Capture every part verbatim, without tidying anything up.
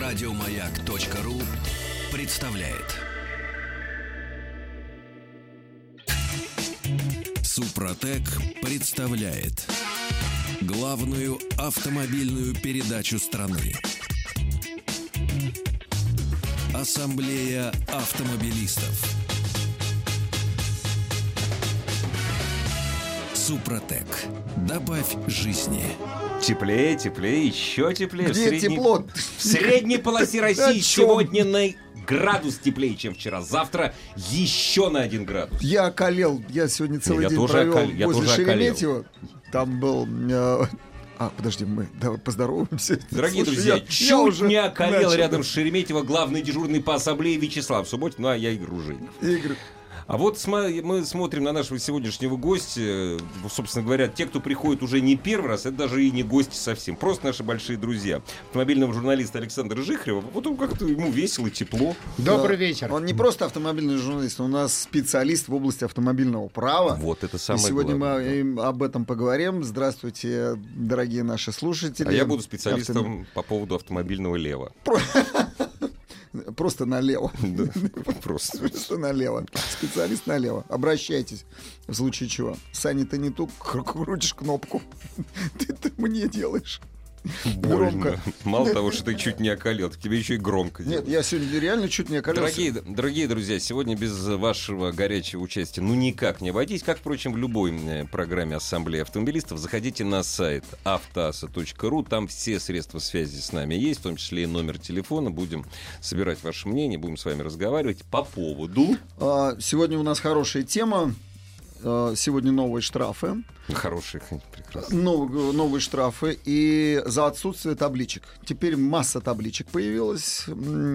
Радиомаяк.ру представляет. Супротек представляет главную автомобильную передачу страны. Ассамблея автомобилистов. Супротек. Добавь жизни. Теплее, теплее, еще теплее. Где в средней... тепло? В средней полосе России сегодня на градус теплее, чем вчера. Завтра еще на один градус. Я околел. Я сегодня целый я день тоже провел окол... я возле тоже Шереметьево. Там был... Э... А, подожди, мы давай поздороваемся. Дорогие Слушай, друзья, я, чуть я уже не околел начал. рядом с Шереметьево главный дежурный по ассамблее Вячеслав Субботин, ну а я Игорь Ружейников. Игорь. А вот мы смотрим на нашего сегодняшнего гостя. Собственно говоря, те, кто приходит уже не первый раз, это даже и не гости совсем. Просто наши большие друзья. Автомобильного журналиста Александра Жихарева. Вот он как-то, ему весело, тепло. Добрый вечер. Он не просто автомобильный журналист, он у нас специалист в области автомобильного права. Вот это самое И сегодня главное. мы об этом поговорим. Здравствуйте, дорогие наши слушатели. А я буду специалистом Автом... по поводу автомобильного лева. Просто налево. Да, просто. Просто налево. Специалист налево. Обращайтесь в случае чего. Саня, ты не ту крутишь кнопку. Ты, ты мне делаешь. Больно. Мало того, что ты чуть не околел, тебе еще и громко Нет, делаешь. я сегодня реально чуть не околел. Дорогие, дорогие друзья, сегодня без вашего горячего участия ну никак не обойтись. Как, впрочем, в любой программе Ассамблеи автомобилистов, заходите на сайт автоаса точка ру. Там все средства связи с нами есть, в том числе и номер телефона. Будем собирать ваше мнение, будем с вами разговаривать по поводу... А, сегодня у нас хорошая тема. А, сегодня новые штрафы. Хорошие, прекрасно. Нов, новые штрафы и за отсутствие табличек. Теперь масса табличек появилась.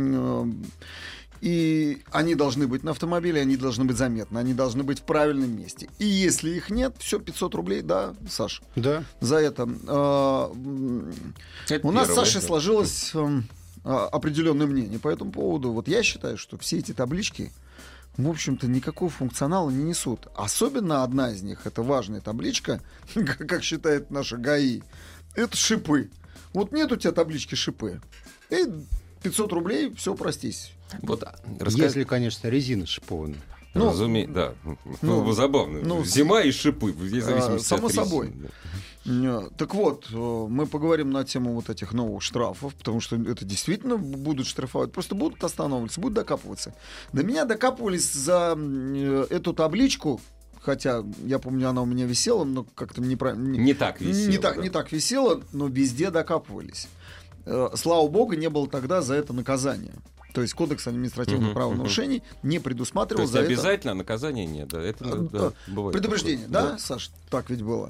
И они должны быть на автомобиле, они должны быть заметны, они должны быть в правильном месте. И если их нет, все, пятьсот рублей, да, Саш? Да. За это. это У нас с первое, Сашей да. сложилось определенное мнение по этому поводу. Вот я считаю, что все эти таблички, в общем-то, никакого функционала не несут. Особенно одна из них, это важная табличка, как считает наша ГАИ, это шипы. Вот нет у тебя таблички шипы, и пятьсот рублей, все, простись. Вот, расскажи... Если, конечно, резина шипованная. Ну, Разумеется, да. ну, Ну, забавно. ну, Зима и шипы, вне зависимости само от резины. собой. Так вот, мы поговорим на тему вот этих новых штрафов, потому что это действительно будут штрафовать. Просто будут останавливаться, будут докапываться. До меня докапывались за эту табличку, хотя, я помню, она у меня висела, но как-то неправильно... Не так висела. Не так, да. не так висела, но везде докапывались. Слава богу, не было тогда за это наказания. То есть кодекс административных Мгм, правонарушений мгм. не предусматривал То есть за это... обязательно наказания нет, да? Это А, да, да. бывает. Предупреждение, такое. да, Саш? Так ведь было.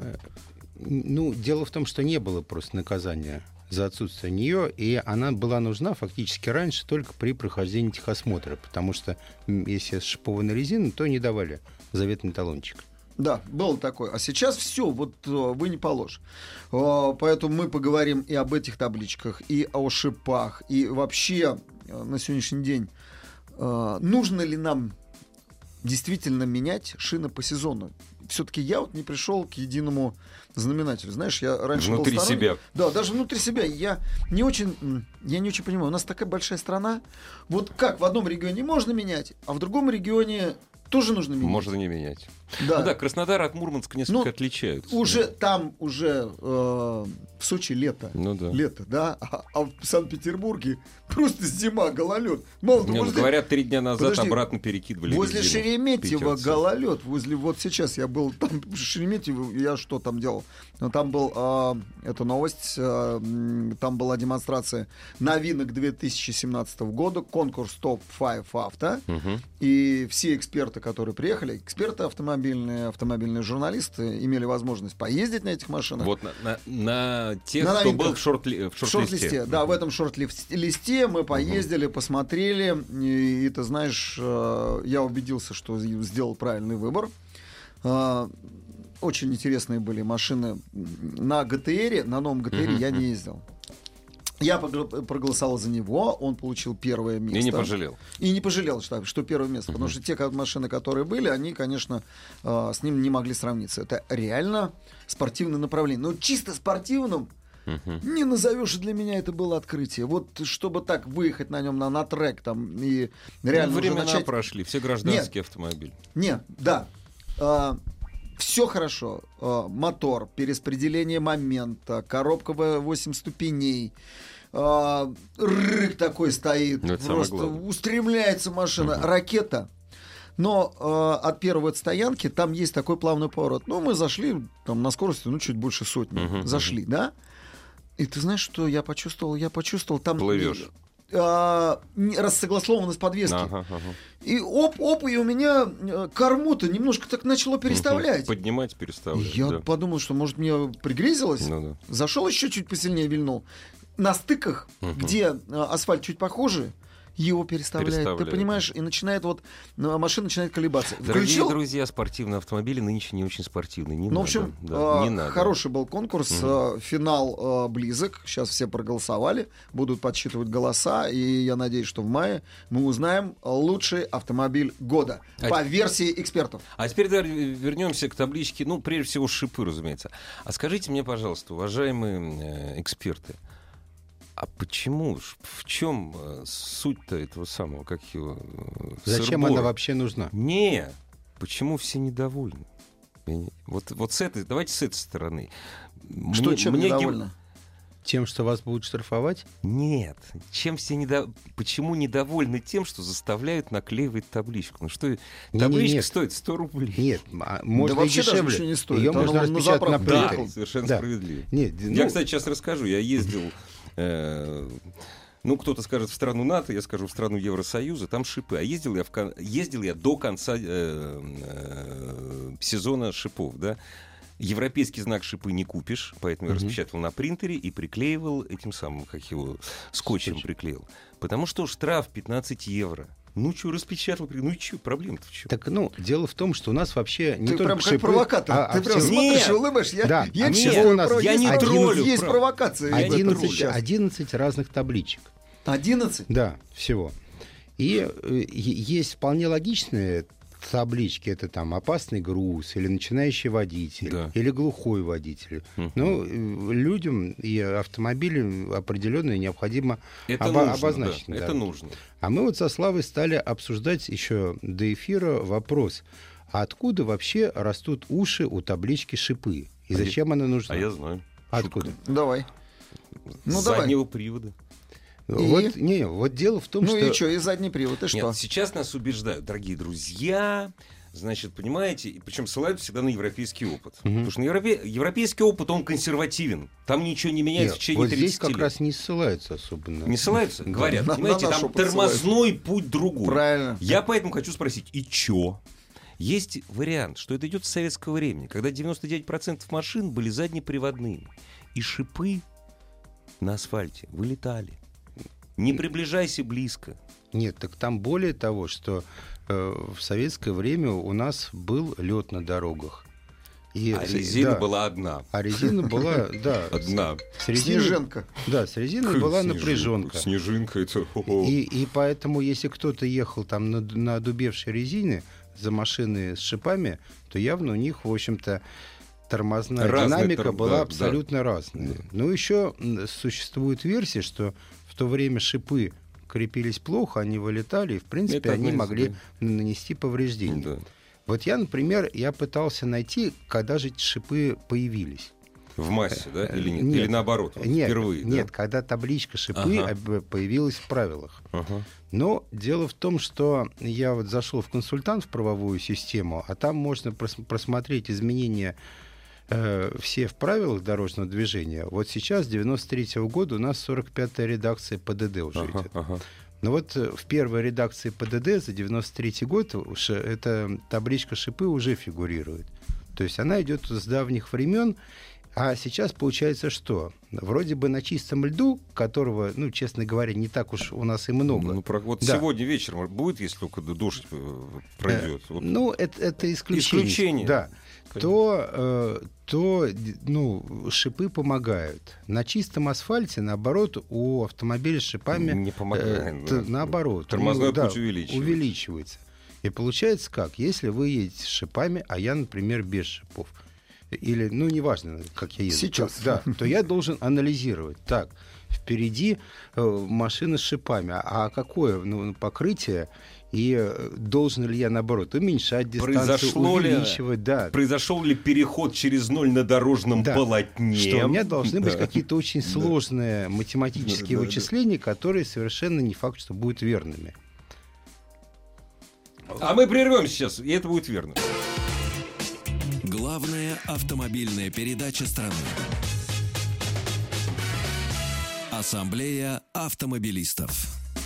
Ну, дело в том, что не было просто наказания за отсутствие нее, и она была нужна фактически раньше только при прохождении техосмотра, потому что м, если шипованная резина, то не давали заветный талончик. Да, было такое. А сейчас все, вот э, вы не положь. Э, Поэтому мы поговорим и об этих табличках, и о шипах, и вообще э, на сегодняшний день э, нужно ли нам действительно менять шины по сезону. Все-таки я вот не пришел к единому знаменателю. Знаешь, я раньше Внутри был сторонник... себя. Да, даже внутри себя. Я не очень, м, я не очень понимаю. У нас такая большая страна. Вот как в одном регионе можно менять, а в другом регионе тоже нужно менять. Можно не менять. Да. Ну да, Краснодар от Мурманска несколько Ну, отличаются. Уже там уже э, в Сочи лето. Ну да. Лето, да. А, а в Санкт-Петербурге просто зима, гололед. Мало того, Не, ну, возле- говорят, три дня назад Подожди, обратно перекидывали. возле резину Шереметьево питерцы. гололед. Возле, вот сейчас я был там в Шереметьево, я что там делал? Ну, там был, э, эта новость, э, м, там была демонстрация новинок две тысячи семнадцатого года, конкурс топ пять авто. Мгм. И все эксперты, которые приехали, эксперты автомобильные, автомобильные журналисты, имели возможность поездить на этих машинах. Вот на, на, на тех, На кто новинках. был в, шорт-ли- в В шорт-листе. шорт-листе, да, в этом шорт-листе мы поездили, посмотрели, и, и ты знаешь, э, я убедился, что сделал правильный выбор. Э, Очень интересные были машины. На ГТРе, на новом ГТРе я не ездил. Я погл- проголосовал за него, он получил первое место. И не пожалел. И не пожалел, что, что первое место, потому что те ка- машины, которые были, они, конечно, э, с ним не могли сравниться. Это реально спортивное направление. Но чисто спортивным Мгм. Не назовешь, и для меня это было открытие. Вот чтобы так выехать на нем на, на трек там и реально Ну, уже времена начать... прошли, все гражданские автомобили. Нет, да. Все хорошо. А, мотор, перераспределение момента, коробка восемь ступеней. а, Рык такой стоит. Ну, это самое Просто главное. устремляется машина. Мгм. Ракета. Но э, от первой стоянки там есть такой плавный поворот. Ну, мы зашли там на скорости, ну, чуть больше сотни. Мгм, Зашли, да? И ты знаешь, что я почувствовал? Я почувствовал там... Плывешь. э, не- рассогласованность подвески. Ага, ага. И оп-оп, и у меня э, корму-то немножко так начало переставлять. Мгм. Поднимать, переставлять. Я да. подумал, что, может, мне пригрезилось. Ну да. Зашел еще чуть посильнее, вильнул. На стыках, Мгм. где э, асфальт чуть похуже, его переставляет. Ты Переставляет. понимаешь, и начинает вот, ну, машина начинает колебаться. Дорогие Включил. друзья, спортивные автомобили нынче не очень спортивные. Не Ну, в надо, общем, да, э, не надо. хороший был конкурс, Мгм. э, финал э, близок. Сейчас все проголосовали, будут подсчитывать голоса, и я надеюсь, что в мае мы узнаем лучший автомобиль года А по т- версии экспертов. А теперь да, вернемся к табличке. Ну, прежде всего, шипы, разумеется. А скажите мне, пожалуйста, уважаемые э, эксперты, а почему, ж- в чем э, суть-то этого самого, как его... э, Зачем сыр-бора? она вообще нужна? Не, почему все недовольны? Я не- Вот, вот с этой, давайте с этой стороны. Что, Мне- чем мне ге- недовольны? Тем, что вас будут штрафовать? Нет. Чем все недо... Почему недовольны тем, что заставляют наклеивать табличку? Ну что, Не-не-не. табличка стоит сто рублей. Нет, а можно да и вообще даже дешевле. ничего не стоит. Ее Она можно вон на распечатать на заправку Да, принтере. приехал. совершенно Да. справедливо. Нет, Я, ну, кстати, сейчас расскажу. Я ездил, э, ну, кто-то скажет в страну НАТО, я скажу в страну Евросоюза, там шипы. А ездил я, в, кон- ездил я до конца э, э, сезона шипов, да. Европейский знак шипы не купишь, поэтому я Мгм. распечатал на принтере и приклеивал этим самым, как его, скотчем Скотч. приклеил. Потому что штраф пятнадцать евро. Ну, что, распечатал, при- ну, что, проблема-то в чем? так, ну, дело в том, что у нас вообще не Ты только прям как шипы, провокатор. а- а Ты прям всё- смотришь Нет. и улыбаешь. Я, Да, я а честно всего у нас говорю, я не есть- троллю, Есть прав- провокация. Я не одиннадцать, троллю. одиннадцать разных табличек. одиннадцать? Да, всего. И э, е- есть вполне логичные таблички. Это там опасный груз, или начинающий водитель, Да. или глухой водитель. Мгм. Ну, э, людям и автомобилям определенно необходимо Это оба- нужно, обозначить. да, да. это нужно. А мы вот со Славой стали обсуждать еще до эфира вопрос, а откуда вообще растут уши у таблички шипы? И А я- зачем она нужна? А я знаю. Откуда? Давай. Ну, С давай. заднего привода. Вот, не, вот дело в том, Ну что... и что, и задний привод, и что? Нет, сейчас нас убеждают, дорогие друзья, значит, понимаете, и причем ссылают всегда на европейский опыт. Мгм. Потому что на европе- европейский опыт, он консервативен. Там ничего не меняется Нет, в течение вот тридцати здесь как лет. раз не ссылаются особенно. Не ссылаются? Да. Говорят, На- понимаете, на наш там опыт тормозной путь другой. Правильно. Я поэтому хочу спросить, и чё? Есть вариант, что это идет с советского времени, когда девяносто девять процентов машин были заднеприводными, и шипы на асфальте вылетали. Не приближайся близко. Нет, так там более того, что э, в советское время у нас был лед на дорогах. И, А с- резина да, была одна. А резина была, да. Одна. С резиной, Снеженка. да, с резиной была Снежинка. напряженка. Снежинка это... хо-хо. И, и поэтому, если кто-то ехал там на, на одубевшей резине за машиной с шипами, то явно у них, в общем-то, тормозная Разная динамика тор- была да, абсолютно разная. Ну, еще м, существует версия, что в то время шипы крепились плохо, они вылетали, и, в принципе, Это они одна из- могли да. нанести повреждения. Да. Вот я, например, я пытался найти, когда же эти шипы появились. В массе, да? Или нет? Нет. Или наоборот, вот Нет, впервые? да? нет, когда табличка шипы Ага. об- появилась в правилах. Ага. Но дело в том, что я вот зашел в консультант в правовую систему, а там можно прос- просмотреть изменения э, все в правилах дорожного движения. Вот сейчас, с девяносто третьего года, у нас сорок пятая редакция ПДД уже Ага, идет. ага. Но вот э, в первой редакции ПДД за девяносто третий год уж эта табличка шипы уже фигурирует. То есть она идет с давних времен. А сейчас получается что? Вроде бы на чистом льду, которого, ну, честно говоря, не так уж у нас и много. Ну, про- вот Да. сегодня вечером будет, если только дождь э, пройдет. Вот. Ну, это, это исключение. Исключение. Да. Конечно. То, э, то д- ну, шипы помогают. На чистом асфальте, наоборот, у автомобиля с шипами Не помогает, э, да. т- наоборот. Тормозной у него, путь увеличивается. увеличивается. И получается как? Если вы едете с шипами, а я, например, без шипов, или, ну, неважно, как я езжу, Сейчас. То, да, то я должен анализировать. Так, впереди э, машина с шипами, а какое ну, покрытие, и э, должен ли я, наоборот, уменьшать дистанцию, Произошло увеличивать. Ли, да. Произошел ли переход через ноль на дорожном да. полотне? Что у меня должны быть да. какие-то очень сложные математические да, да, вычисления, которые совершенно не факт, что будут верными. А мы прервем сейчас, и это будет верно. Главная автомобильная передача страны. Ассамблея автомобилистов.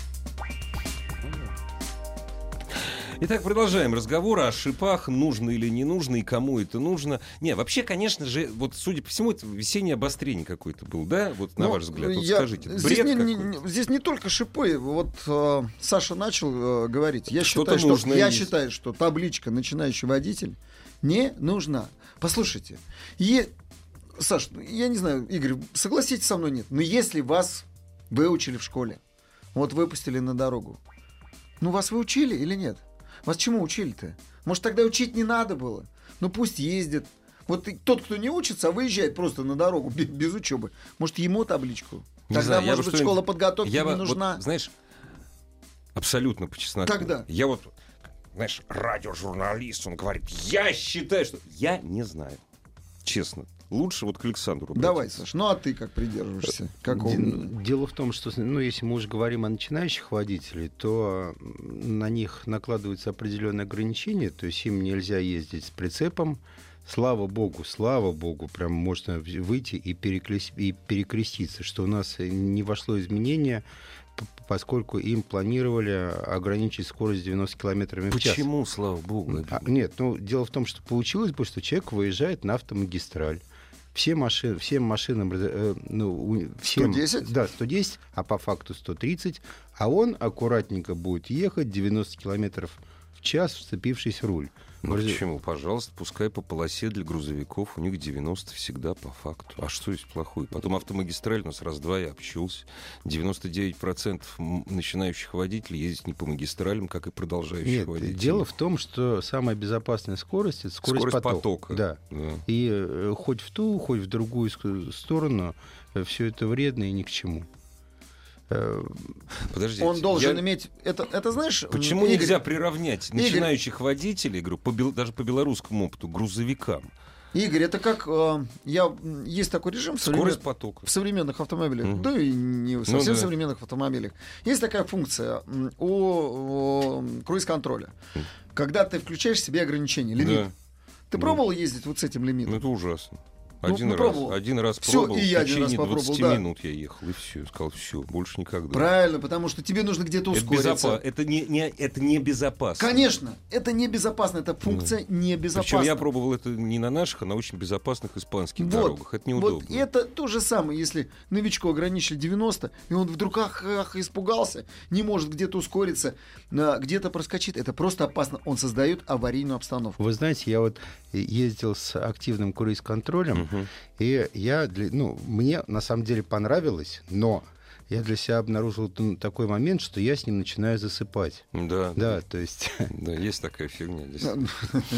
Итак, продолжаем разговор о шипах, нужно или не нужно, и кому это нужно. Не, вообще, конечно же, вот, судя по всему, это весеннее обострение какое-то было, да? Вот на Ну, ваш взгляд, вот я- скажите. Здесь Бред не, не- какой-то? не- здесь не только шипы. Вот э, Саша начал э, говорить. Я, Что-то считаю, что, нужно я есть. считаю, что табличка «Начинающий водитель» не нужна. Послушайте, е- Саш, я не знаю, Игорь, согласитесь со мной, нет. Но если вас выучили в школе, вот выпустили на дорогу, ну вас выучили или нет? Вас чему учили-то? Может, тогда учить не надо было? Ну пусть ездит. Вот и тот, кто не учится, а выезжает просто на дорогу без, без учебы, может, ему табличку? Не Тогда, знаю, я может бы быть, что-нибудь- школа подготовки Я не вот, нужна. знаешь, абсолютно по чесноку. Тогда. Я вот, знаешь, радиожурналист, он говорит, я считаю, что... Я не знаю. Честно. Лучше вот к Александру обратиться. Давай, Саш, ну а ты как придерживаешься? Какого? Де- ну, Дело в том, что, ну, если мы уже говорим о начинающих водителей, то м, на них накладываются определенные ограничения, то есть им нельзя ездить с прицепом. Слава богу, слава богу, прям можно в- выйти и, переклес- и перекреститься, что у нас не вошло изменение, п- поскольку им планировали ограничить скорость девяносто километров в час. Почему, слава богу? А, нет, ну дело в том, что получилось бы, что человек выезжает на автомагистраль. Все машины, всем машинам, э, ну, у- всем, сто десять? Да, сто десять, а по факту сто тридцать, а он аккуратненько будет ехать девяносто километров в час, вцепившись в руль. Ну Может, почему? Пожалуйста, пускай по полосе для грузовиков у них девяносто всегда по факту. А что есть плохое? Потом автомагистраль у нас раз-два я общался. девяносто девять процентов м- начинающих водителей ездят не по магистралям, как и продолжающих Нет, водителей. дело в том, что самая безопасная скорость — это скорость, Скорость потока. потока. Да. Да. И э, хоть в ту, хоть в другую ск- сторону все это вредно и ни к чему. Э, Подождите. Он должен я- иметь... Это, это знаешь... Почему Игорь, нельзя приравнять Игорь- начинающих водителей, говорю, по бел- даже по белорусскому опыту, грузовикам? Игорь, это как... э, я, м, есть такой режим в, Скорость современ- потока. в современных автомобилях, Мгм. да и не в совсем да. современных автомобилях. Есть такая функция м, у, у круиз-контроля. Когда ты включаешь себе ограничение, лимит. Да. Ты Да. пробовал ездить вот с этим лимитом? Ну, это ужасно. Ну, Один, ну, раз, пробовал. один раз Всё, пробовал, и я в один раз течение попробовал, двадцать да. минут я ехал, и все. Сказал, все, больше никогда. Правильно, потому что тебе нужно где-то Это, ускориться. безопа- это, не, не, это не безопасно. Конечно, это небезопасно, это функция небезопасна. Причем я пробовал это не на наших, а на очень безопасных испанских Вот, дорогах. Это неудобно. Вот это то же самое, если новичку ограничили девяносто, и он вдруг ах, ах, испугался, не может где-то ускориться, а, где-то проскочит. Это просто опасно. Он создает аварийную обстановку. Вы знаете, я вот ездил с активным круиз-контролем, Мгм. и я, для- ну, мне на самом деле понравилось, но я для себя обнаружил т- такой момент, что я с ним начинаю засыпать. Да, Да, то есть... да, есть такая фигня. действительно.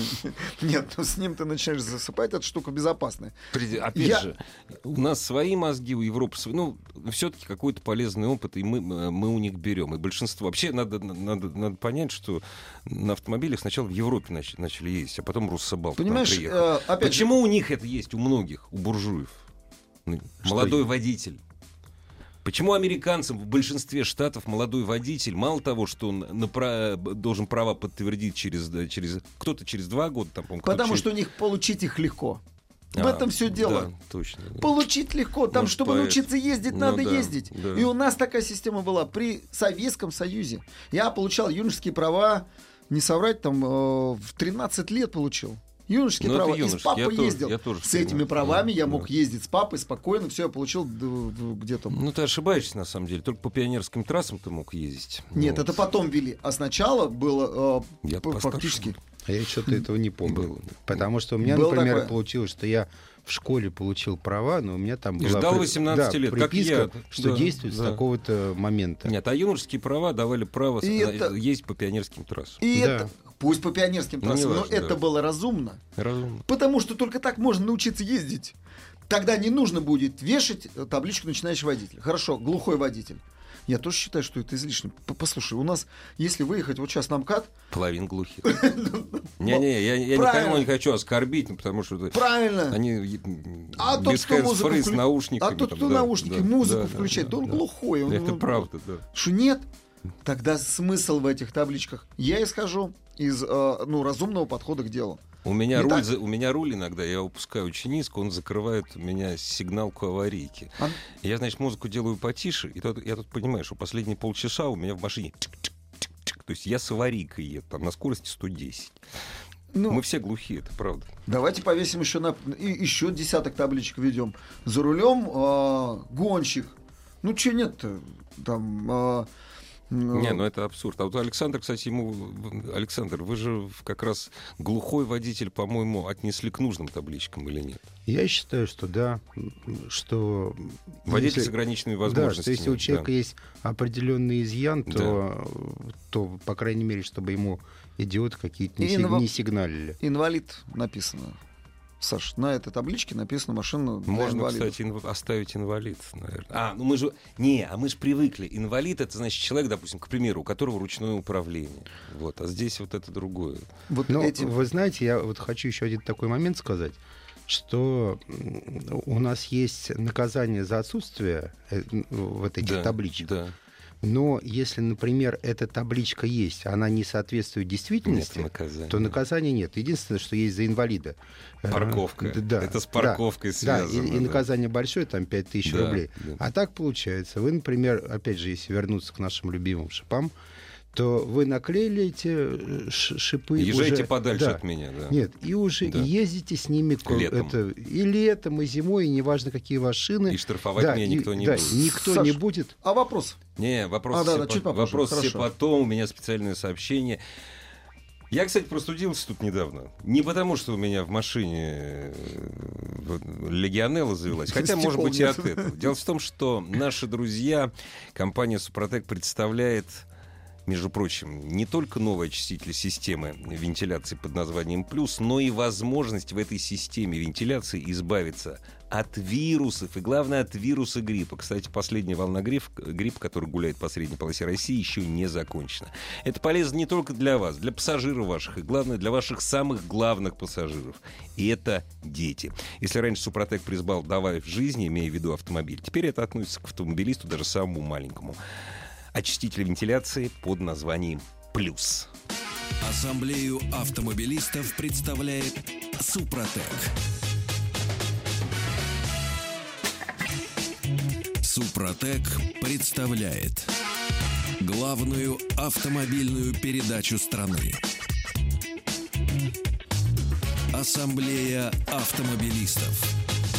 Нет, ну с ним ты начинаешь засыпать, эта штука безопасная. Приди- Опять Я- же, у нас свои мозги, у Европы свои. Ну, все-таки какой-то полезный опыт, и мы, мы у них берем. И большинство... Вообще надо, надо, надо понять, что на автомобилях сначала в Европе нач- начали ездить, а потом Руссобалт к нам Понимаешь, приехал. э, опять же, Почему у них это есть, у многих, у буржуев? Ну, Что Молодой есть? водитель. Почему американцам в большинстве штатов молодой водитель, мало того, что он на пра- должен права подтвердить через, да, через кто-то через два года, там, по-моему, кто-то потому через- что у них получить их легко. В А, этом все дело. Да, точно. да. Получить легко. Там, Может, чтобы поэт. научиться ездить, Ну надо да, ездить. да. И у нас такая система была при Советском Союзе. Я получал юношеские права, не соврать, там э, в тринадцать лет получил. Юношеские Ну, это права. И с юношеские. папой Я тоже- ездил. я тоже с этими понимаю. правами Да, я да. мог ездить с папой спокойно. Все, я получил д- д- где-то. Ну, ты ошибаешься, на самом деле. Только по пионерским трассам ты мог ездить. Нет, Вот. это потом ввели. А сначала было э, Я п- постарше фактически. был. А я что-то этого не помню. Было. Потому что у меня, Было например, такое. получилось, что я в школе получил права, но у меня там И была ждал при- восемнадцати да, лет, как приписка, я. что Да, действует с да. такого-то момента. Нет, а юношеские права давали право И с- это- ездить по пионерским трассам. И Да. это Пусть по пионерским Ну, трассам, но неважно, это да. было разумно. Разумно. Потому что только так можно научиться ездить. Тогда не нужно будет вешать табличку «начинающий водитель». Хорошо, глухой водитель. Я тоже считаю, что это излишне. П- Послушай, у нас, если выехать вот сейчас на МКАД... Половин глухих. Не-не, я, я Правильно. никого не хочу оскорбить, ну, потому что Правильно. они А тот, без кто музыку hands-free с вклю- наушниками. А тот, там, кто да, наушники, да, музыку да, включает, да, то он да. глухой. Он, Это ну, правда, да. Что нет? Тогда смысл в этих табличках. Я исхожу из э, ну, разумного подхода к делу. У меня, Не руль, так? за- у меня руль иногда, я упускаю очень низко, он закрывает у меня сигналку аварийки. А- Я, значит, музыку делаю потише, и тут, я тут понимаю, что последние полчаса у меня в машине тик-тик-тик-тик. То есть я с аварийкой еду, там, на скорости сто десять. Ну, Мы все глухие, это правда. давайте повесим еще на и еще десяток табличек ведем. За рулем э, гонщик. Ну, че нет-то? Там. э, Не, ну это абсурд. А вот Александр, кстати, ему... Александр, вы же как раз глухой водитель, по-моему, отнесли к нужным табличкам или нет? Я считаю, что да, что... Водитель если- с ограниченными Да, возможностями. что если у человека да. есть определенный изъян, то, то, по крайней мере, чтобы ему идиоты какие-то не, И сиг- инва- не сигналили. инвалид написано. Саш, на этой табличке написана машина для Можно, инвалидов. кстати, инв- оставить инвалид, наверное. А, ну мы же... Не, а мы же привыкли. Инвалид — это, значит, человек, допустим, к примеру, у которого ручное управление. Вот. А здесь вот это другое. Вот Но этим... вы знаете, я вот хочу еще один такой момент сказать, что м, у нас есть наказание за отсутствие э, вот этих Да, табличек. Да. Но если, например, эта табличка есть, она не соответствует действительности, Нет наказания. то наказания нет. Единственное, что есть за инвалида. Э, Парковка. Да, Это с да, парковкой да, связано. и, и да. наказание большое, там пять тысяч Да, рублей. да. А так получается, вы, например, опять же, если вернуться к нашим любимым шипам, то вы наклеили эти ш- шипы. Езжайте уже- подальше да. от меня. Да. Нет, и уже Да. ездите с ними ко- Летом. Это, и летом, и зимой, и неважно, какие ваши шины. И штрафовать Да, меня и- никто не да, будет. никто Саш, не будет. А вопрос? Не, вопрос, А, да, все, да, по- чуть попозже. вопрос все Хорошо. потом. У меня специальное сообщение. Я, кстати, простудился тут недавно. Не потому, что у меня в машине э, вот, легионелла завелась, хотя, Стекол может быть, и нет. от этого. Дело в том, что наши друзья, компания «Супротек» представляет, между прочим, не только новые очистители системы вентиляции под названием «Плюс», но и возможность в этой системе вентиляции избавиться от вирусов, и главное, от вируса гриппа. Кстати, последняя волна грипп, гриппа, который гуляет по средней полосе России, еще не закончена. Это полезно не только для вас, для пассажиров ваших, и главное, для ваших самых главных пассажиров. И это дети. Если раньше Супротек призвал «давай в жизни», имея в виду автомобиль, теперь это относится к автомобилисту, даже самому маленькому. Очиститель вентиляции под названием «Плюс». Ассамблею автомобилистов представляет Супротек. Супротек представляет главную автомобильную передачу страны. Ассамблея автомобилистов.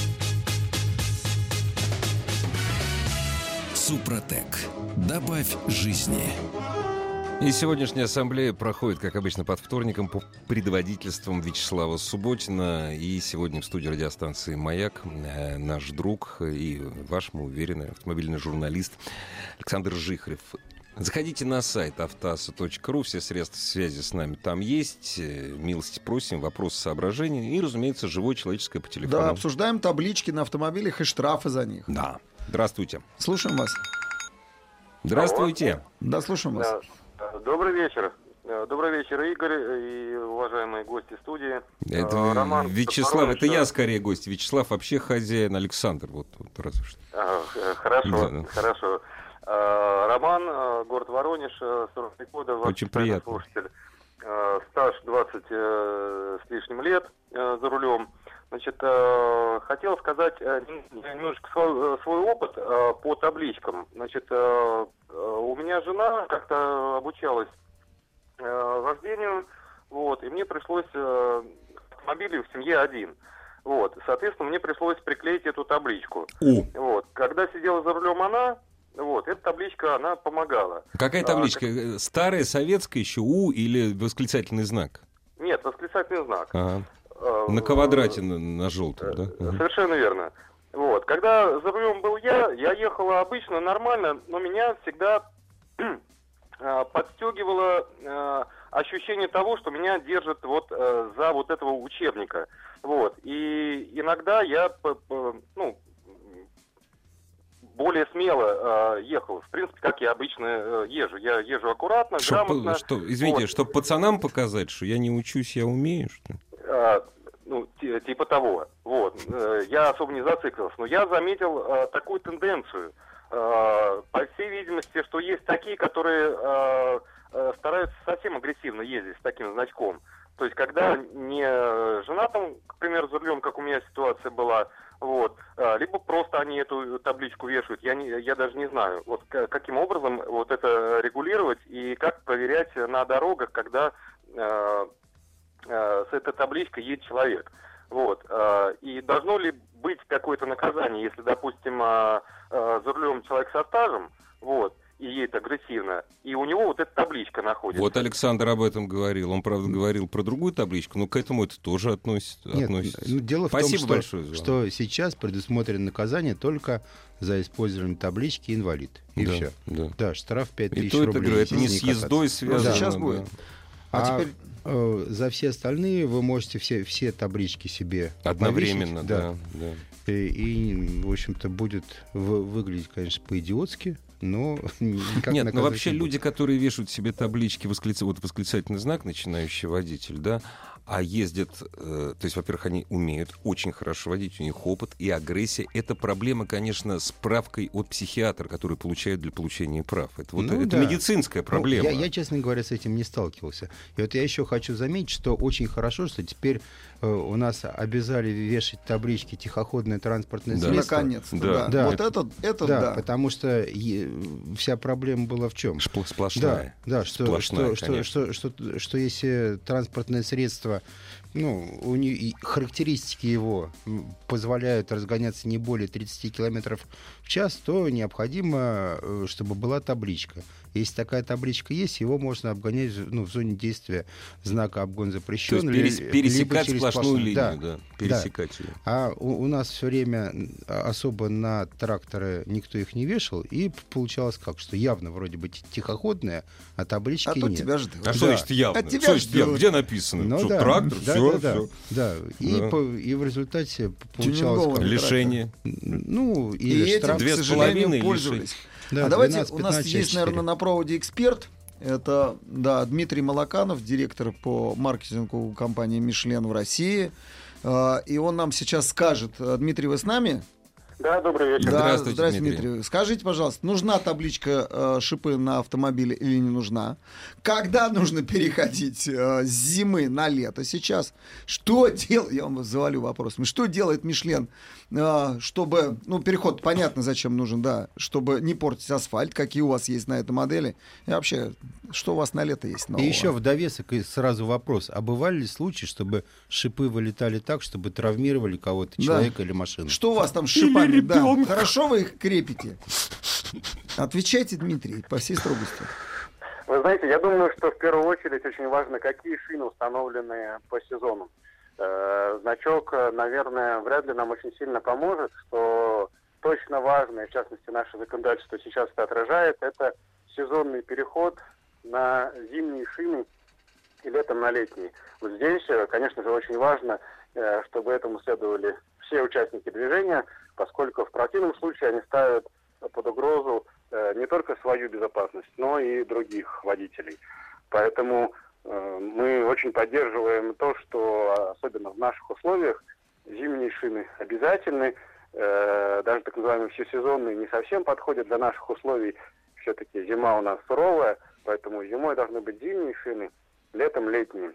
Супротек. Добавь жизни. И сегодняшняя ассамблея проходит, как обычно, под вторником по предводительством Вячеслава Субботина. И сегодня в студии радиостанции «Маяк» э, наш друг и ваш, мы уверены, автомобильный журналист Александр Жихарев. Заходите на сайт автоаса точка ру, все средства связи с нами там есть. Э, Милости просим, вопросы, соображения и, разумеется, живое человеческое по телефону. Да, обсуждаем таблички на автомобилях и штрафы за них. Да. Здравствуйте. Слушаем вас. Здравствуйте. Да, слушаем вас. Да. Добрый вечер. Добрый вечер, Игорь и уважаемые гости студии. Это Роман Вячеслав, Воронеж. это я скорее гость. Вячеслав вообще хозяин, Александр. Вот, вот разве что. А, Хорошо, Да, да. хорошо. А, Роман, а, город Воронеж, сорок три года, ваш Очень постоянный приятно. слушатель. А, Стаж двадцать э, с лишним лет э, за рулем. Значит, э, хотел сказать э, немножко свой, свой опыт э, по табличкам. Значит, э, э, у меня жена как-то обучалась э, вождению, вот, и мне пришлось э, автомобиль в семье один. Вот, соответственно, мне пришлось приклеить эту табличку. О, Вот, когда сидела за рулем она, вот, эта табличка, она помогала. какая А, табличка? Э, Старая, советская еще, У или восклицательный знак? Нет, восклицательный знак. Ага. Э, На квадрате на, на желтом, да? Ага. Совершенно верно. Вот. Когда за рулем был я, я ехала обычно нормально, но меня всегда э, подстегивало э, ощущение того, что меня держат вот э, за вот этого учебника. Вот. И иногда я, ну, более смело э, ехал. В принципе, как я обычно э, езжу. Я езжу аккуратно, Чтоб, грамотно. что, извините, вот. чтобы пацанам показать, что я не учусь, я умею, что ли? Э, ну, т- типа того. Вот. Э, я особо не зациклился. Но я заметил э, такую тенденцию. Э, по всей видимости, что есть такие, которые э, э, стараются совсем агрессивно ездить с таким значком. То есть, когда не жена там, к примеру, за рулем, как у меня ситуация была, вот, либо просто они эту табличку вешают, я, не, я даже не знаю, вот каким образом вот это регулировать и как проверять на дорогах, когда э, э, с этой табличкой едет человек. Вот, э, и должно ли быть какое-то наказание, если, допустим, э, э, за рулем человек со стажем, вот, и едет агрессивно, и у него вот эта табличка находится. Вот Александр об этом говорил. Он, правда, говорил про другую табличку, но к этому это тоже относится. Нет, относится. ну, дело Спасибо в том, большое, что, что сейчас предусмотрено наказание только за использование таблички «инвалид». И да, все. Да. Да, штраф пять И тысяч то это, рублей. говорю, это не если с ездой кататься. связано. Ну, сейчас да. будет. А, А теперь э, за все остальные вы можете все, все таблички себе Одновременно, повесить, да. да. И, и, в общем-то, будет вы- выглядеть, конечно, по-идиотски, но никак Нет, ну наказывать вообще не люди, будет. которые вешают себе таблички, восклица... вот восклицательный знак, начинающий водитель, да, а ездят, э, то есть, во-первых, они умеют очень хорошо водить, у них опыт и агрессия. Это проблема, конечно, с справкой от психиатра, который получает для получения прав. Это, вот, Ну, это да. медицинская Ну, проблема. я, я, честно говоря, с этим не сталкивался. И вот я еще хочу заметить, что очень хорошо, что теперь э, у нас обязали вешать таблички «тихоходное транспортное Да. средство». наконец-то, Да. да. Да. Вот это, это Да, да. потому что е- вся проблема была в чем? Шпл- Сплошная. Да, да, что, Сплошная, что, что, конечно. что, что, что если транспортное средство, ну, у не- и характеристики его м, позволяют разгоняться не более тридцать километров в час, то необходимо, э, чтобы была табличка. Если такая табличка есть, его можно обгонять, ну, в зоне действия знака «обгон То запрещен». есть перес- ли- пересекать либо через сплошную линию, Да. да. Пересекать ее. А у, у нас все время особо на тракторы никто их не вешал, и получалось как, что явно вроде бы тихоходная, а таблички А тут нет. тебя ждут. А Да. что значит явно? От тебя Что значит ждут. явно? Где написано? Ну что да, трактор, да, все, да, да, все. да. И, Да. по- и в результате получалось Тюнингованный. как, Лишение. ну, И или этим, штраф. к Две с сожалению, половиной пользовались. Да, а давайте, двенадцать, у нас пятнадцать, есть, четыре. наверное, на проводе эксперт. Это, да, Дмитрий Малаканов, директор по маркетингу компании «Мишлен» в России. А, И он нам сейчас скажет. Дмитрий, вы с нами? Да, добрый вечер. Да, Здравствуйте, здравствуйте, Дмитрий. Дмитрий. Скажите, пожалуйста, нужна табличка э, шипы на автомобиле или не нужна? Когда нужно переходить э, с зимы на лето сейчас? Что делает, я вам завалю вопросами, что делает Мишлен, э, чтобы, ну, переход понятно, зачем нужен, да, чтобы не портить асфальт, какие у вас есть на этой модели, и вообще, что у вас на лето есть нового? И еще в довесок и сразу вопрос. А бывали ли случаи, чтобы шипы вылетали так, чтобы травмировали кого-то, Да. человека или машину? Что у вас там с шипами? Да. Хорошо вы их крепите? Отвечайте, Дмитрий, по всей строгости. Вы знаете, я думаю, что в первую очередь очень важно, какие шины установлены по сезону. Э, значок, э, наверное, вряд ли нам очень сильно поможет, что точно важно, и в частности наше законодательство сейчас это отражает, это сезонный переход на зимние шины и летом на летние. Вот здесь, э, конечно же, очень важно, э, чтобы этому следовали все участники движения, поскольку в противном случае они ставят под угрозу э, не только свою безопасность, но и других водителей. Поэтому э, мы очень поддерживаем то, что особенно в наших условиях зимние шины обязательны, э, даже так называемые всесезонные не совсем подходят для наших условий. Все-таки зима у нас суровая, поэтому зимой должны быть зимние шины, летом летние.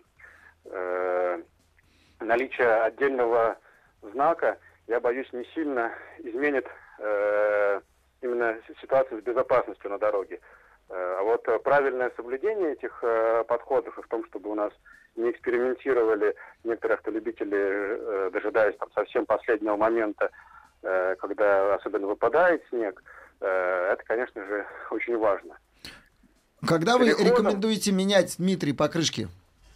Э, наличие отдельного знака, я боюсь, не сильно изменит э, именно ситуацию с безопасностью на дороге. Э, а вот правильное соблюдение этих э, подходов и в том, чтобы у нас не экспериментировали некоторые автолюбители, э, дожидаясь там совсем последнего момента, э, когда особенно выпадает снег, э, это, конечно же, очень важно. Когда вы Переходом- рекомендуете менять, Дмитрий, покрышки?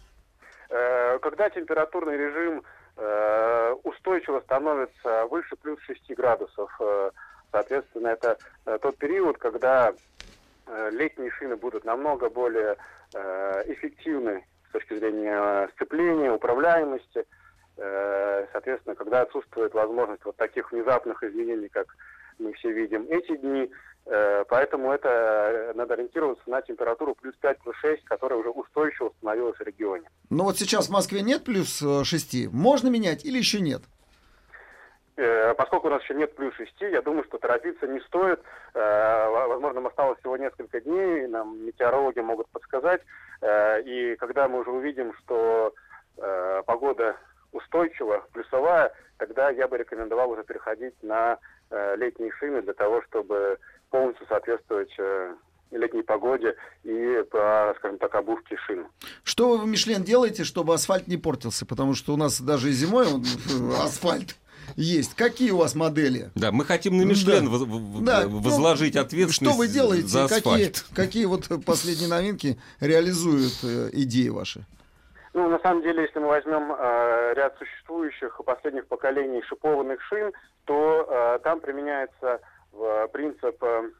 Э, когда температурный режим э, устойчиво становится выше плюс шести градусов, э, соответственно, это э, тот период, когда летние шины будут намного более эффективны с точки зрения сцепления, управляемости. Соответственно, когда отсутствует возможность вот таких внезапных изменений, как мы все видим эти дни, поэтому это надо ориентироваться на температуру плюс пять, плюс шесть, которая уже устойчиво установилась в регионе. Но вот сейчас в Москве нет плюс шести. Можно менять или еще нет? Поскольку у нас еще нет плюс шести, я думаю, что торопиться не стоит. Возможно, осталось всего несколько дней, нам метеорологи могут подсказать. И когда мы уже увидим, что погода устойчива, плюсовая, тогда я бы рекомендовал уже переходить на летние шины для того, чтобы полностью соответствовать летней погоде и по, скажем так, обувке шин. Что вы в Мишлен делаете, чтобы асфальт не портился? Потому что у нас даже и зимой он, асфальт есть. Какие у вас модели? Да, мы хотим на Мишлен да. в, да. возложить ну, ответственность что вы делаете? За асфальт. Какие, какие вот последние новинки реализуют э, идеи ваши? Ну, на самом деле, если мы возьмем э, ряд существующих последних поколений шипованных шин, то э, там применяется э, принцип э,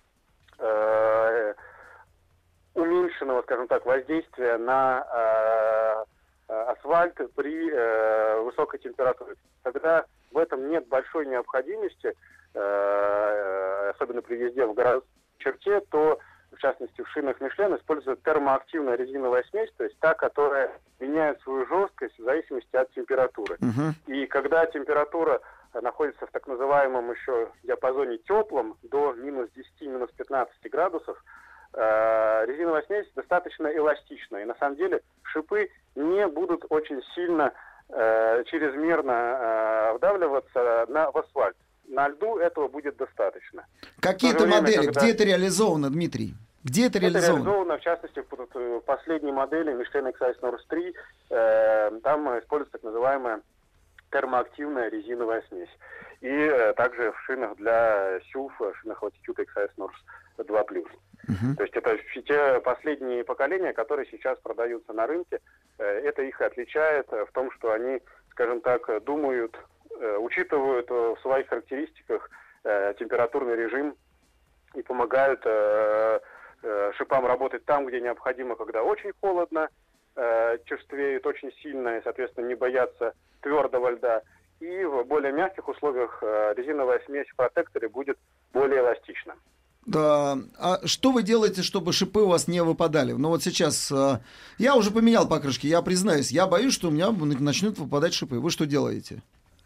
э, уменьшенного, скажем так, воздействия на э, асфальт при э, высокой температуре. Когда в этом нет большой необходимости, э, особенно при езде в городской черте, то, в частности, в шинах Мишлен используется термоактивная резиновая смесь, то есть та, которая меняет свою жесткость в зависимости от температуры. Uh-huh. И когда температура находится в так называемом еще диапазоне теплом, до минус десяти, минус пятнадцати градусов, э, резиновая смесь достаточно эластична. И на самом деле шипы не будут очень сильно, э, чрезмерно э, вдавливаться на, в асфальт. На льду этого будет достаточно. Какие-то время, модели, когда... где это реализовано, Дмитрий? Где это реализовано? Это реализовано, в частности, в последней модели Michelin икс айс North три, э, там используется так называемая термоактивная резиновая смесь. И э, также в шинах для сюв, в шинах Latitude икс айс North два плюс. Uh-huh. То есть это те последние поколения, которые сейчас продаются на рынке. Э, это их отличает в том, что они, скажем так, думают, э, учитывают в своих характеристиках э, температурный режим и помогают э, шипам работать там, где необходимо, когда очень холодно, э, черствеют очень сильно и, соответственно, не боятся твердого льда. И в более мягких условиях э, резиновая смесь в протекторе будет более эластична. Да. А что вы делаете, чтобы шипы у вас не выпадали? Ну вот сейчас э, я уже поменял покрышки, я признаюсь, я боюсь, что у меня начнут выпадать шипы. Вы что делаете?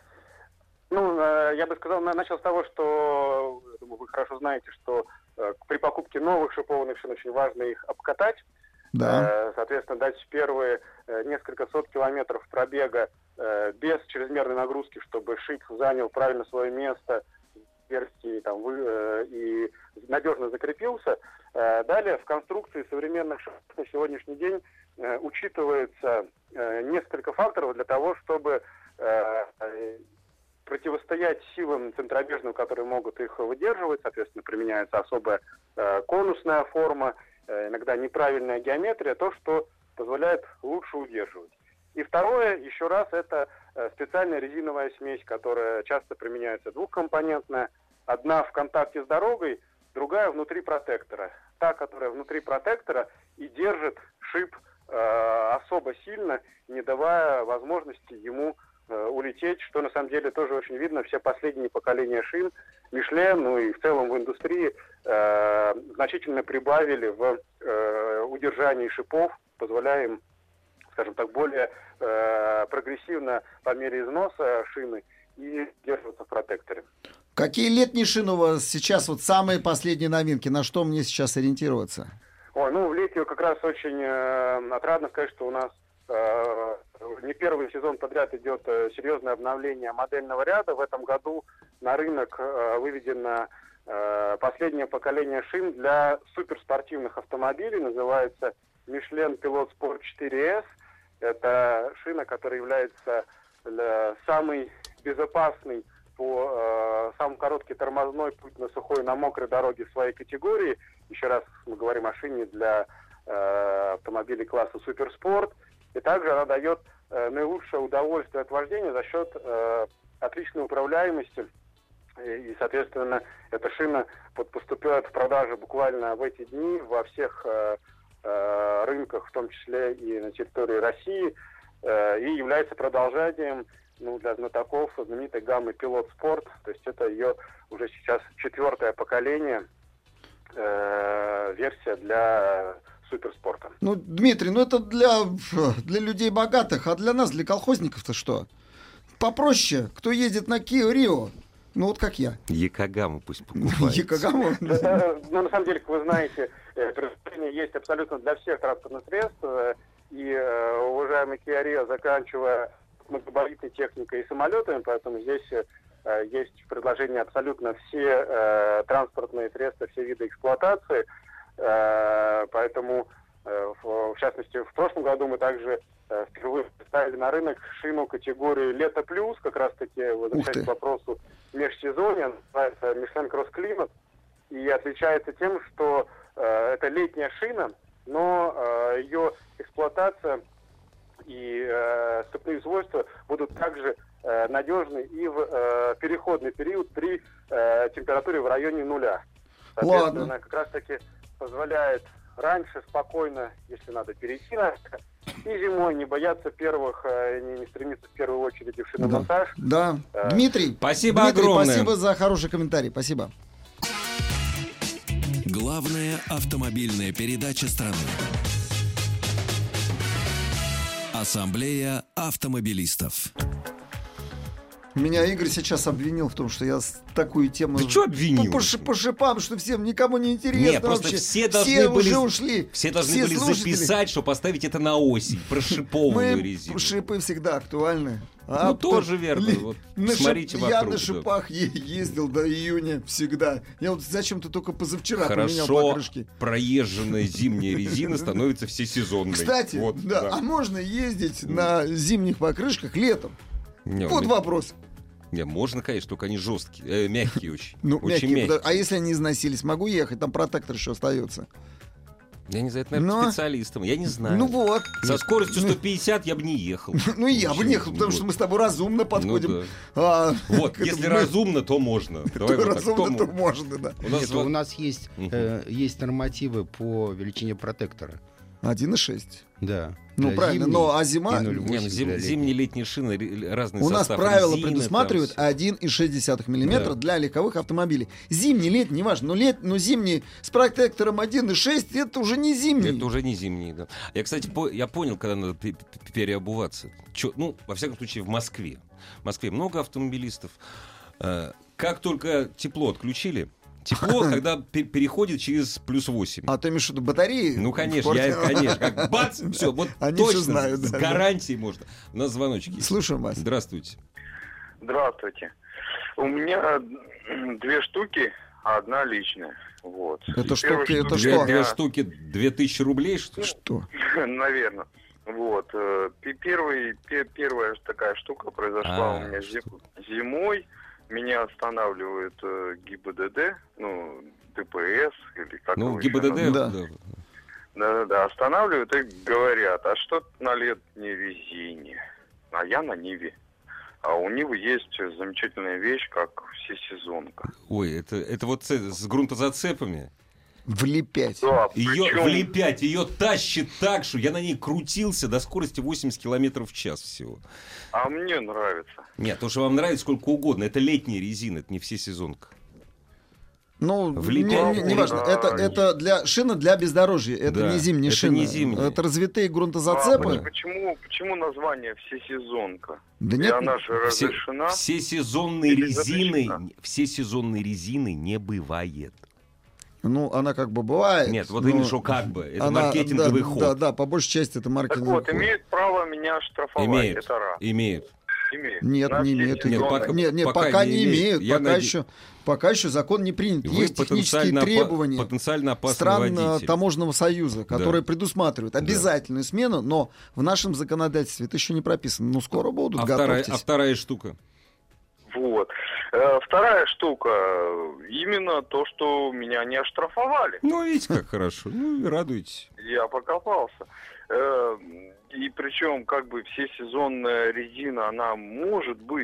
Ну, э, я бы сказал, начал с того, что, думаю, вы хорошо знаете, что при покупке новых шипованных шин очень важно их обкатать. Да. Соответственно, дать первые несколько сот километров пробега без чрезмерной нагрузки, чтобы шип занял правильно свое место и, там, и надежно закрепился. Далее в конструкции современных шипов на сегодняшний день учитывается несколько факторов для того, чтобы противостоять силам центробежным, которые могут их выдерживать. Соответственно, применяется особая э, конусная форма, э, иногда неправильная геометрия, то, что позволяет лучше удерживать. И второе, еще раз, это э, специальная резиновая смесь, которая часто применяется двухкомпонентная. Одна в контакте с дорогой, другая внутри протектора. Та, которая внутри протектора и держит шип э, особо сильно, не давая возможности ему улететь, что на самом деле тоже очень видно. Все последние поколения шин Мишлен, ну и в целом в индустрии э, значительно прибавили в э, удержании шипов, позволяя им, скажем так, более э, прогрессивно по мере износа шины и держаться в протекторе. Какие летние шины у вас сейчас, вот самые последние новинки? На что мне сейчас ориентироваться? Ой, ну в лете как раз очень э, отрадно сказать, что у нас э, не первый сезон подряд идет э, серьезное обновление модельного ряда. В этом году на рынок э, выведено э, последнее поколение шин для суперспортивных автомобилей. Называется Michelin Pilot Sport четыре эс. Это шина, которая является э, самой безопасной по э, самый короткий тормозной путь на сухой и на мокрой дороге в своей категории. Еще раз мы говорим о шине для э, автомобилей класса суперспорт. И также она дает э, наилучшее удовольствие от вождения за счет э, отличной управляемости И, соответственно, эта шина вот поступает в продажу буквально в эти дни во всех э, э, рынках, в том числе и на территории России, э, и является продолжением, ну, для знатоков знаменитой гаммы Pilot Sport. То есть это ее уже сейчас четвертое поколение, э, версия для суперспорта. Ну, Дмитрий, ну это для, для людей богатых, а для нас, для колхозников-то что? Попроще, кто ездит на Kia Rio. Ну, вот как я. Якогаму пусть покупает. Якогаму? Ну, на самом деле, как вы знаете, предложение есть абсолютно для всех транспортных средств. И уважаемый Kia Rio, заканчивая многогабаритной техникой и самолетами, поэтому здесь есть предложение абсолютно все транспортные средства, все виды эксплуатации. Поэтому, в частности, в прошлом году мы также впервые поставили на рынок шину категории «Лето плюс», как раз-таки, возвращаясь к вопросу межсезонья, называется Michelin Cross Climate, и отличается тем, что э, это летняя шина, но э, ее эксплуатация и э, ступные свойства будут также э, надежны и в э, переходный период при э, температуре в районе нуля. Соответственно, Ладно. как раз-таки позволяет раньше спокойно, если надо, перейти на это, и зимой не бояться первых, не, не стремиться в первую очередь в шиномонтаж. Да. да. Э, Дмитрий, спасибо Дмитрий, огромное. Спасибо за хороший комментарий. Спасибо. Главная автомобильная передача страны. Ассамблея автомобилистов. Меня Игорь сейчас обвинил в том, что я такую тему... Ты что обвинил? По, по, по шипам, что всем никому не интересно. Нет, просто вообще. все должны все были, уже ушли. Все должны все были слушатели. записать, что поставить это на осень, прошипованную Мы резину. шипы всегда актуальны. А Ну, тоже верно. Ли- Вот на смотрите шип- Я вокруг, на да. шипах е- ездил до июня всегда. Я вот зачем-то только позавчера поменял Хорошо покрышки. проезженная зимняя резина становится всесезонной. Кстати, Вот, да, да. а можно ездить на зимних покрышках летом? Не, Вот ну, вопрос. не, можно, конечно, только они жесткие, э, мягкие очень. Ну, очень мягкие, мягкие. подож- А если они износились, могу ехать, там протектор еще остается. Я не знаю, это, наверное, Но- специалистам. Я не знаю. Ну вот. Со скоростью Ну- сто пятьдесят я бы не ехал. Ну и я бы не ехал, потому что мы с тобой разумно подходим. Ну да. А, Вот, к если этому- разумно, то можно. то Давай вот так. разумно, Кто то мо- можно, да. У нас Нет, вот- у нас есть, Мгм. э, есть нормативы по величине протектора. один и шесть. Да. Ну Для правильно, зимней но а зима... и ноль восемь Не, ну, зим- для летней. зимние летние шины, ре- разный У нас состав правила резины, предусматривают там всё. один и шесть десятых миллиметра Да. для легковых автомобилей. Зимний, летний, неважно. Но, лет, но зимний с протектором один и шесть это уже не зимний. Это уже не зимние, да. Я, кстати, по- я понял, когда надо пе- пе- переобуваться. Чё- ну, во всяком случае, в Москве. В Москве много автомобилистов. Э, Как только тепло отключили, тепло, когда пе- переходит через плюс восемь. А ты имеешь в виду батареи? Ну, конечно, в я, порте? конечно, как бац, все, вот Они точно, всё знают, с да, гарантией можно. У нас звоночки есть. Слушаем вас. Здравствуйте. Здравствуйте. У меня две штуки, а одна личная. Вот. Это И что, первая это штука Две, что? у две меня- штуки, две тысячи рублей, что ли? Что? Наверное. Вот. э, пе- Первый, пе- первая ж такая штука произошла А, у меня что? зим- зимой. Меня останавливает э, ГИБДД, ну, ДПС, или как Ну, его еще ГИБДД, называют. Да. да. Да-да-да, останавливают и говорят, а что ты на летней резине? А я на Ниве. А у Нивы есть замечательная вещь, как всесезонка. Ой, это, это вот с, с грунтозацепами. Влепять. Да, Ее причем- влепять, ее тащит так, что я на ней крутился до скорости восемьдесят километров в час всего. А мне нравится. Нет, то, что вам нравится сколько угодно, это летняя резина, это не всесезонка. Ну, Влепить. не, не, не важно. Да. Это, это для шина для бездорожья. Это Да, не зимняя это шина. не зимняя. Это развитые А грунтозацепы. почему, почему название всесезонка? Да И нет, она же Все, разрешена. все сезонные Или резины, запрещена? все сезонные резины не бывает. ну, она как бы бывает. Нет, вот но именно что как бы. Это она- маркетинговый да, ход. Да, да, по большей части это Так маркетинговый вот, ход. имеют право меня штрафовать. Имеют. Это раз. Имеют. Имеют. Нет, На не все имеют. Нет, сезоны. пока- Нет, нет, пока пока, не не имеют. имеют. Я Пока, наде- еще, пока еще закон не принят. Вы Есть технические потенциально опа- требования потенциально опасный стран э, водитель. таможенного союза, которые предусматривают Да. обязательную смену, но в нашем законодательстве это еще не прописано. Ну, скоро будут, А вторая, готовьтесь. а вторая штука. Вот. Э, Вторая штука, именно то, что меня не оштрафовали. Ну, видите, как хорошо. Ну, и радуйтесь. Я покопался. Э, И причем, как бы, всесезонная резина, она может быть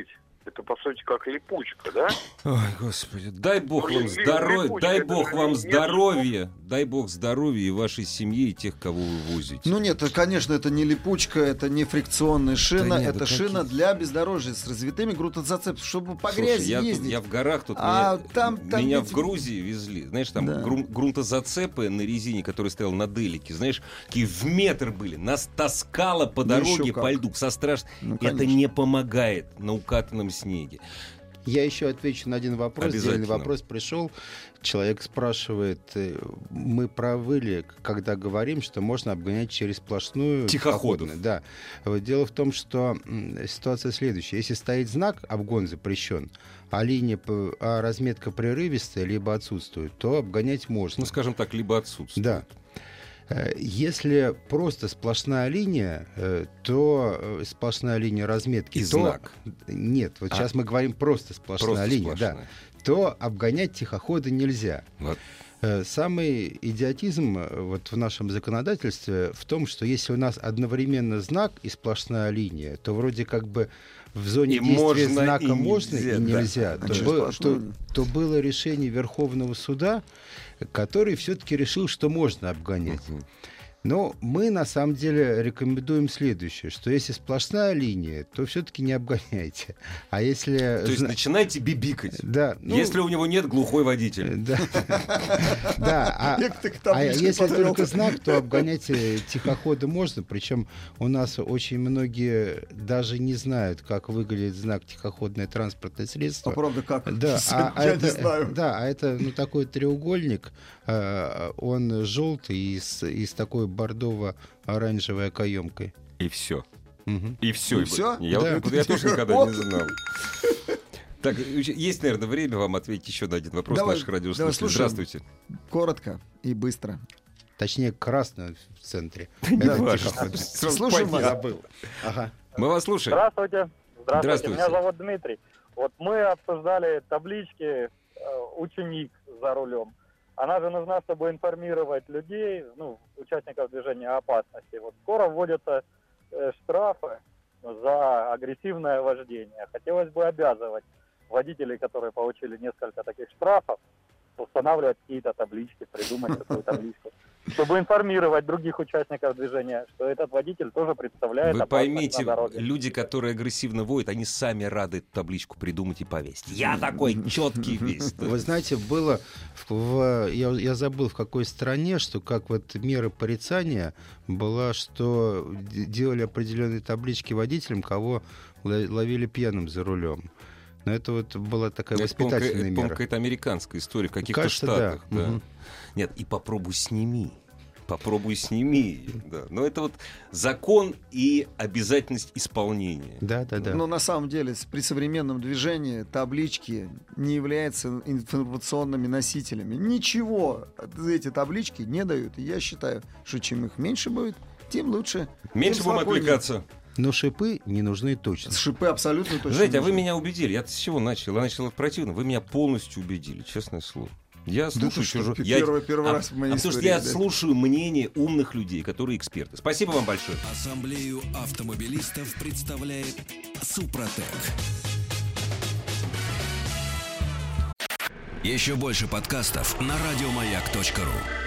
Это, по сути, как липучка, да? Ой, господи, дай бог Ну, вам ли- здоровья, липучка, дай это бог же вам нет здоровья, дай бог здоровья и вашей семье, и тех, кого вы возите. Ну нет, это, конечно, это не липучка, это не фрикционная шина, Да нет, это да шина какие- для бездорожья с развитыми грунтозацепами, чтобы по Слушай, грязи я, тут- ездить. я в горах тут, А меня, там- там меня ведь- в Грузии везли, знаешь, там Да. грун- грунтозацепы на резине, который стоял на делике, знаешь, такие в метр были, нас таскало по Ну, дороге, еще как. по льду, со страшным. Ну, Это конечно. не помогает на укатанном снеге. Я еще отвечу на один вопрос. Обязательно. Отдельный вопрос пришел. Человек спрашивает, э, мы правы ли, когда говорим, что можно обгонять через сплошную... Тихоходов. тихоходную? Да. Вот дело в том, что м, ситуация следующая. Если стоит знак «обгон запрещен», а линия, п- а разметка прерывистая, либо отсутствует, то обгонять можно. Ну, скажем так, либо отсутствует. Да. Э, Если просто сплошная линия, э, то э, сплошная линия разметки... И то... знак. Нет, вот А. сейчас мы говорим просто сплошная Просто линия, да. сплошная. То обгонять тихоходы нельзя. Вот. Э, Самый идиотизм э, вот в нашем законодательстве в том, что если у нас одновременно знак и сплошная линия, то вроде как бы в зоне И действия можно, знака и можно нельзя, и да. нельзя. А То, через бы- сплошную то- нет. то было решение Верховного суда, который все-таки решил, что можно обгонять. Мгм. Но мы на самом деле рекомендуем следующее, что если сплошная линия, то все-таки не обгоняйте. А если... То есть зна- начинайте бибикать. да, ну, Если у него нет глухой водитель. Да, да, а, Я так а табличкой если подвел. только знак, то обгонять э, тихоходы можно. Причем у нас очень многие даже не знают, как выглядит знак тихоходное транспортное А средство. правда как? Да, а, а Я это, не знаю. да, а это ну, такой треугольник, э, он желтый и с, и с такой бордово-оранжевой окоемкой. И все. Мгм. И все. И всё? Я, Да. вот- я тоже никогда Вот. не знал. Так, есть, наверное, время вам ответить еще на один вопрос Давай, наших давай, радиослушателей. слушаем. Здравствуйте. Коротко и быстро. Точнее, красный в центре. Не Это важно. тихоход. Сразу Слушаем вас. понятно. Забыл. Ага. Мы вас слушаем. Здравствуйте. Здравствуйте. Здравствуйте. Меня зовут Дмитрий. Вот мы обсуждали таблички э, «Ученик за рулем». Она же нужна, чтобы информировать людей, ну, участников движения о опасности. Вот скоро вводятся э, штрафы за агрессивное вождение. Хотелось бы обязывать водителей, которые получили несколько таких штрафов, устанавливать какие-то таблички, придумать такую табличку, чтобы информировать других участников движения, что этот водитель тоже представляет Вы опасность поймите, на дороге. люди, которые агрессивно воют, они сами рады эту табличку придумать и повесить. Я такой четкий весь. Вы знаете, было, в, в- я, я забыл в какой стране, что как вот мера порицания была, что д- делали определенные таблички водителям, кого ло- ловили пьяным за рулем. Но это вот была такая Это, по-моему, воспитательная это, по-моему, мера. какая-то американская история в каких-то Кажется, да. штатах. Да. Мгм. Нет, и попробуй сними. Попробуй сними ее. Да. Но это вот закон и обязательность исполнения. Да, да, да. Но на самом деле с- при современном движении таблички не являются информационными носителями. Ничего эти таблички не дают. И я считаю, что чем их меньше будет, тем лучше. Меньше тем будем спокойнее. отвлекаться. Но шипы не нужны точно. Шипы абсолютно точно. Знаете, а вы нужны. меня убедили. Я с чего начал? Я начал от противного. Вы меня полностью убедили, честное слово. Я Да слушаю ты что, чужое. пи- Я- первый- первый а- раз в моей а потому что истории, я да. слушаю мнение умных людей, которые эксперты. Спасибо вам большое. Ассамблею автомобилистов представляет Супротек. Еще больше подкастов на радиомаяк точка ру.